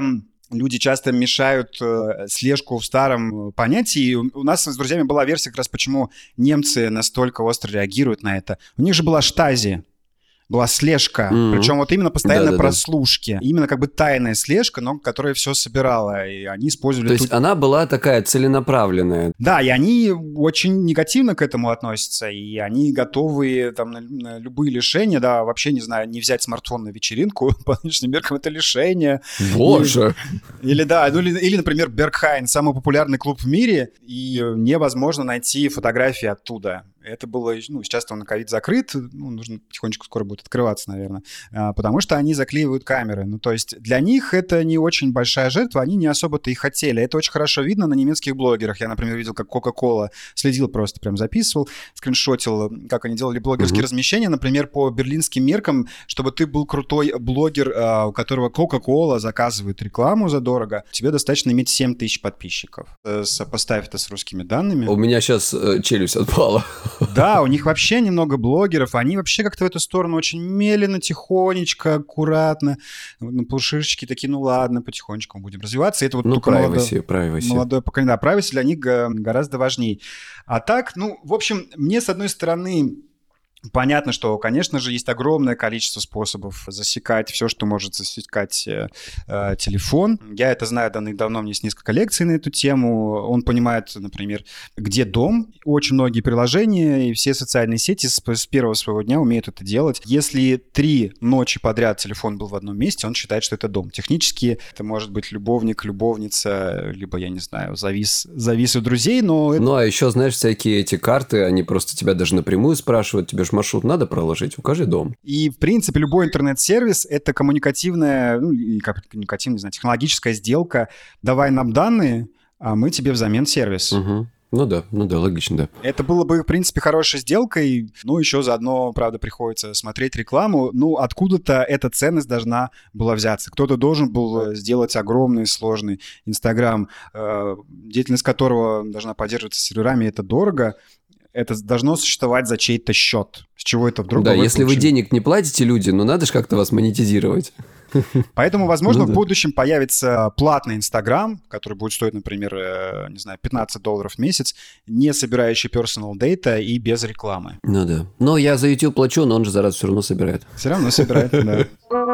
[SPEAKER 1] люди часто мешают слежку в старом понятии. И у нас с друзьями была версия как раз, почему немцы настолько остро реагируют на это. У них же была Штази. Была слежка, причем вот именно постоянно прослушки. Именно как бы тайная слежка, но которая все собирала, и они использовали...
[SPEAKER 2] То есть она была такая целенаправленная.
[SPEAKER 1] Да, и они очень негативно к этому относятся, и они готовы там на любые лишения, да, вообще, не знаю, не взять смартфон на вечеринку, по нынешним меркам это лишение.
[SPEAKER 2] Боже!
[SPEAKER 1] Или да, или, например, Бергхайн, самый популярный клуб в мире, и невозможно найти фотографии оттуда. Это было, сейчас он на ковид закрыт, нужно потихонечку скоро будет открываться, наверное, потому что они заклеивают камеры. То есть для них это не очень большая жертва, они не особо-то и хотели. Это очень хорошо видно на немецких блогерах. Я, например, видел, как Coca-Cola следил, просто прям записывал, скриншотил, как они делали блогерские размещения, например, по берлинским меркам, чтобы ты был крутой блогер, у которого Coca-Cola заказывает рекламу задорого, тебе достаточно иметь 7 тысяч подписчиков. Сопоставь это с русскими данными.
[SPEAKER 2] У меня сейчас челюсть отпала.
[SPEAKER 1] Да, у них вообще немного блогеров, они вообще как-то в эту сторону очень медленно, тихонечко, аккуратно, на полшишечки такие, ладно, потихонечку будем развиваться. Это вот только молодое поколение. Да, privacy для них гораздо важнее. А так, в общем, мне, с одной стороны, понятно, что, конечно же, есть огромное количество способов засекать все, что может засекать телефон. Я это знаю давно, у меня есть несколько лекций на эту тему. Он понимает, например, где дом. Очень многие приложения и все социальные сети с первого своего дня умеют это делать. Если 3 ночи подряд телефон был в одном месте, он считает, что это дом. Технически это может быть любовник, любовница, либо, я не знаю, завис у друзей, но...
[SPEAKER 2] Ну, а еще, знаешь, всякие эти карты, они просто тебя даже напрямую спрашивают, тебе же маршрут надо проложить, укажи дом.
[SPEAKER 1] И, в принципе, любой интернет-сервис — это коммуникативная, не знаю, технологическая сделка. Давай нам данные, а мы тебе взамен сервис.
[SPEAKER 2] Угу. Ну да, логично, да.
[SPEAKER 1] Это было бы, в принципе, хорошей сделкой, еще заодно, правда, приходится смотреть рекламу. Откуда-то эта ценность должна была взяться. Кто-то должен был сделать огромный, сложный Инстаграм, деятельность которого должна поддерживаться серверами, это дорого. Это должно существовать за чей-то счет. С чего это вдруг?
[SPEAKER 2] Да, если вы денег не платите, люди, надо же как-то вас монетизировать.
[SPEAKER 1] Поэтому, возможно, в будущем появится платный Инстаграм, который будет стоить, например, не знаю, $15 в месяц, не собирающий personal data и без рекламы.
[SPEAKER 2] Ну да. Но я за YouTube плачу, но он же зараза все равно собирает.
[SPEAKER 1] Все равно собирает, да.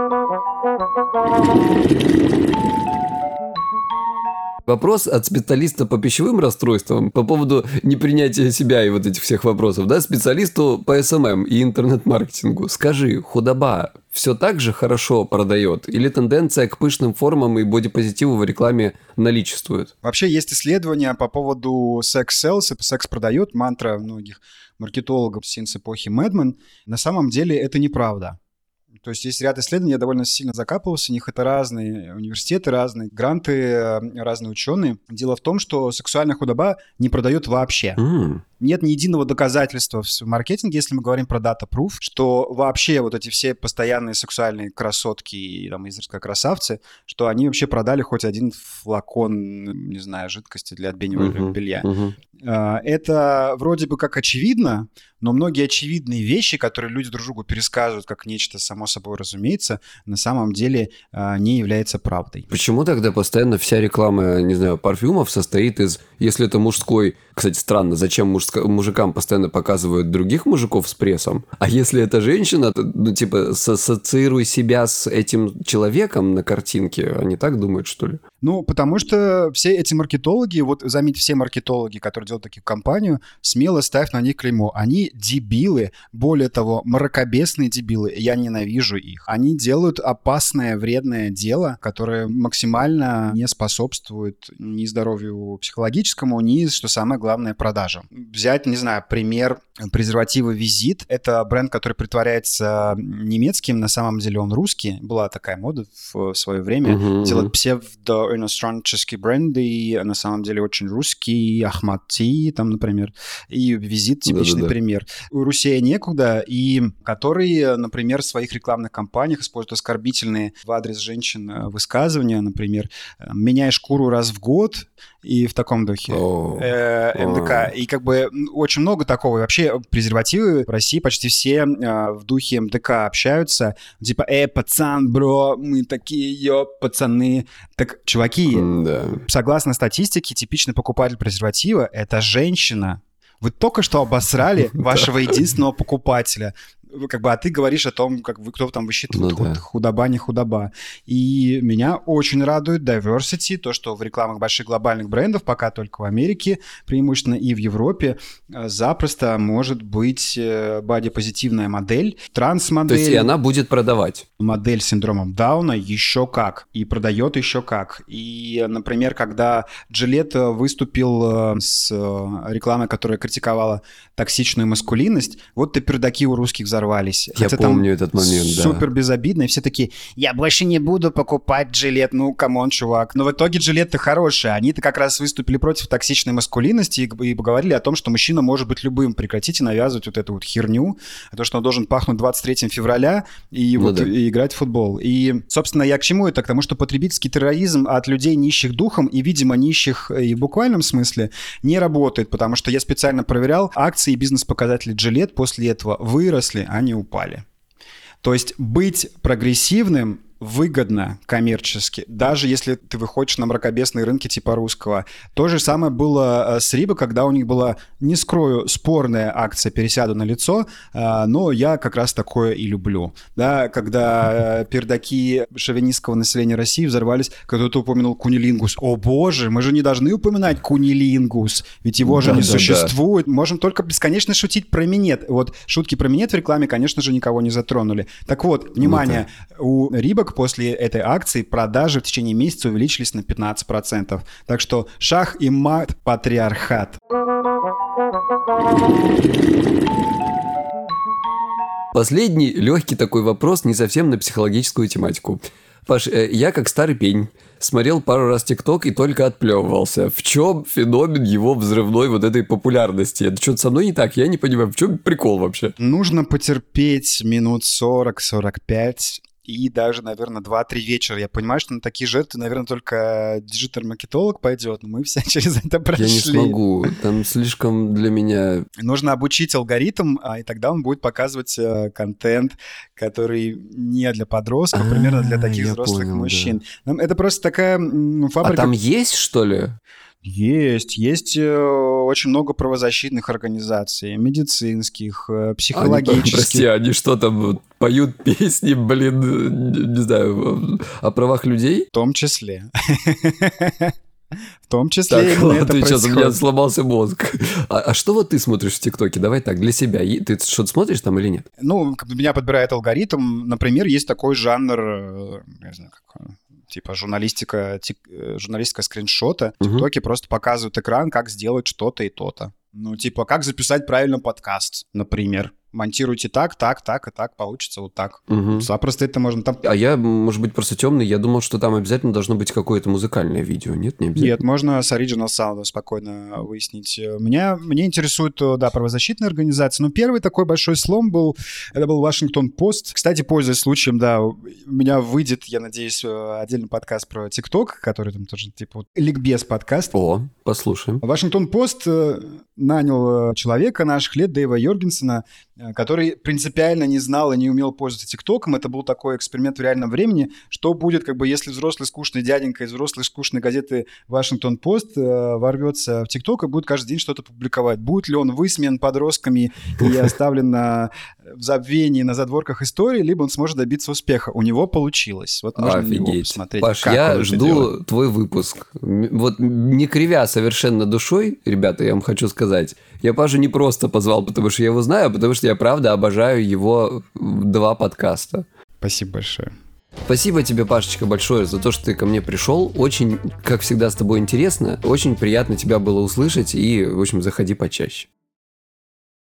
[SPEAKER 2] Вопрос от специалиста по пищевым расстройствам по поводу непринятия себя и вот этих всех вопросов, да, специалисту по СММ и интернет-маркетингу. Скажи, худоба все так же хорошо продает или тенденция к пышным формам и бодипозитиву в рекламе наличествует?
[SPEAKER 1] Вообще есть исследования по поводу секс-селс, секс продает, мантра многих маркетологов с эпохи Мэдмен. На самом деле это неправда. То есть есть ряд исследований, я довольно сильно закапывался в них, это разные университеты, разные гранты, разные ученые. Дело в том, что сексуальная худоба не продает вообще. Нет ни единого доказательства в маркетинге, если мы говорим про data proof, что вообще вот эти все постоянные сексуальные красотки и там изредка красавцы, что они вообще продали хоть один флакон, не знаю, жидкости для отбеливания белья. Это вроде бы как очевидно, но многие очевидные вещи, которые люди друг другу пересказывают как нечто само собой разумеется, на самом деле не является правдой.
[SPEAKER 2] Почему тогда постоянно вся реклама, не знаю, парфюмов состоит из, если это мужской, кстати, странно, зачем мужикам постоянно показывают других мужиков с прессом, а если это женщина, то, ассоциируй себя с этим человеком на картинке, они так думают, что ли?
[SPEAKER 1] Потому что все эти маркетологи, вот заметь, все маркетологи, которые делают такую кампанию, смело ставь на них клеймо. Они дебилы, более того, мракобесные дебилы, я ненавижу их. Они делают опасное, вредное дело, которое максимально не способствует ни здоровью психологическому, ни, что самое главное, продажам. Взять, не знаю, пример презерватива «Визит». Это бренд, который притворяется немецким, на самом деле он русский. Была такая мода в свое время. Делать псевдо-иностранческие бренды, и на самом деле очень русский, Ахмад Ти, там, например, и «Визит» типичный пример. У Русея некуда, и который, например, в своих рекламных кампаниях использует оскорбительные в адрес женщин высказывания, например, «меняй шкуру раз в год», и в таком духе. МДК. И как бы очень много такого. И вообще презервативы в России почти все в духе МДК общаются. Типа, пацан, бро, мы такие, пацаны. Так, чуваки, согласно статистике, типичный покупатель презерватива — это женщина. Вы только что обосрали вашего единственного покупателя. Как бы, а ты говоришь о том, как вы, кто там высчитывает худоба, не худоба. И меня очень радует diversity, то, что в рекламах больших глобальных брендов, пока только в Америке, преимущественно и в Европе, запросто может быть бодипозитивная модель, транс-модель.
[SPEAKER 2] То есть и она будет продавать.
[SPEAKER 1] Модель с синдромом Дауна еще как. И продает еще как. И, например, когда Gillette выступил с рекламой, которая критиковала токсичную маскулинность, вот пердаки у русских взорвались.
[SPEAKER 2] Я помню этот момент, да.
[SPEAKER 1] Супер безобидно, и все такие, я больше не буду покупать Gillette, ну, камон, чувак. Но в итоге Gillette-то хорошие, они-то как раз выступили против токсичной маскулинности и поговорили о том, что мужчина может быть любым, прекратите навязывать вот эту вот херню, то, что он должен пахнуть 23 февраля и, и играть в футбол. И, собственно, я к чему это? К тому, что потребительский терроризм от людей нищих духом и, видимо, нищих и в буквальном смысле не работает, потому что я специально проверял, акции и бизнес-показатели Gillette после этого выросли, они упали. То есть быть прогрессивным выгодно коммерчески, даже если ты выходишь на мракобесные рынки типа русского. То же самое было с Рибо, когда у них была, не скрою, спорная акция «Пересяду на лицо», но я как раз такое и люблю. Да, когда пердаки шовинистского населения России взорвались, кто-то упомянул кунилингус. О боже, мы же не должны упоминать кунилингус, ведь его же не существует. Можем только бесконечно шутить про минет. Вот шутки про минет в рекламе, конечно же, никого не затронули. Так вот, внимание, у Рибок после этой акции продажи в течение месяца увеличились на 15%. Так что шах и мат, патриархат.
[SPEAKER 2] Последний легкий такой вопрос, не совсем на психологическую тематику. Паш, я как старый пень смотрел пару раз ТикТок и только отплевывался. В чем феномен его взрывной вот этой популярности? Это что-то со мной не так? Я не понимаю, в чем прикол вообще?
[SPEAKER 1] Нужно потерпеть минут 40-45 и даже, наверное, 2-3 вечера. Я понимаю, что на такие жертвы, наверное, только диджитал-маркетолог пойдет, но мы все через это прошли.
[SPEAKER 2] Я не смогу, там слишком для меня...
[SPEAKER 1] Нужно обучить алгоритм, и тогда он будет показывать контент, который не для подростков, примерно для таких взрослых мужчин. Да. Это просто такая фабрика...
[SPEAKER 2] А там есть, что ли?
[SPEAKER 1] Есть очень много правозащитных организаций, медицинских, психологических.
[SPEAKER 2] Прости, они что там поют песни, не знаю, о правах людей?
[SPEAKER 1] В том числе. В том числе
[SPEAKER 2] так, ладно, ты сейчас у меня сломался мозг. А что вот ты смотришь в ТикТоке? Давай так, для себя. Ты что-то смотришь там или нет?
[SPEAKER 1] Ну, меня подбирает алгоритм. Например, есть такой жанр, не знаю, как... типа журналистика скриншота. В ТикТоке просто показывают экран, как сделать что-то и то-то. Ну, типа, как записать правильно подкаст, например. Монтируйте так, и так, получится вот так. Запросто это можно там...
[SPEAKER 2] А я, может быть, просто темный, я думал, что там обязательно должно быть какое-то музыкальное видео, нет? Не обязательно?
[SPEAKER 1] Нет, можно с Original Sound спокойно выяснить. Меня интересуют, да, правозащитные организации, но первый такой большой слом был, это был Вашингтон-Пост. Кстати, пользуясь случаем, да, у меня выйдет, я надеюсь, отдельный подкаст про ТикТок, который там тоже, типа, ликбез подкаст.
[SPEAKER 2] О, послушаем.
[SPEAKER 1] Вашингтон-Пост нанял человека наших лет, Дэйва Йоргенсена, который принципиально не знал и не умел пользоваться ТикТоком. Это был такой эксперимент в реальном времени. Что будет, как бы, если взрослый скучный дяденька из взрослой скучной газеты «Вашингтон-Пост» ворвется в ТикТок и будет каждый день что-то публиковать? Будет ли он высмеян подростками и оставлен в забвении на задворках истории, либо он сможет добиться успеха? У него получилось. Вот можно на него посмотреть.
[SPEAKER 2] Паш, я жду твой выпуск. Вот не кривя совершенно душой, ребята, я вам хочу сказать, я Пашу не просто позвал, потому что я его знаю, а потому что я правда обожаю его 2 подкаста.
[SPEAKER 1] Спасибо большое.
[SPEAKER 2] Спасибо тебе, Пашечка, большое за то, что ты ко мне пришел. Очень, как всегда, с тобой интересно. Очень приятно тебя было услышать. И, в общем, заходи почаще.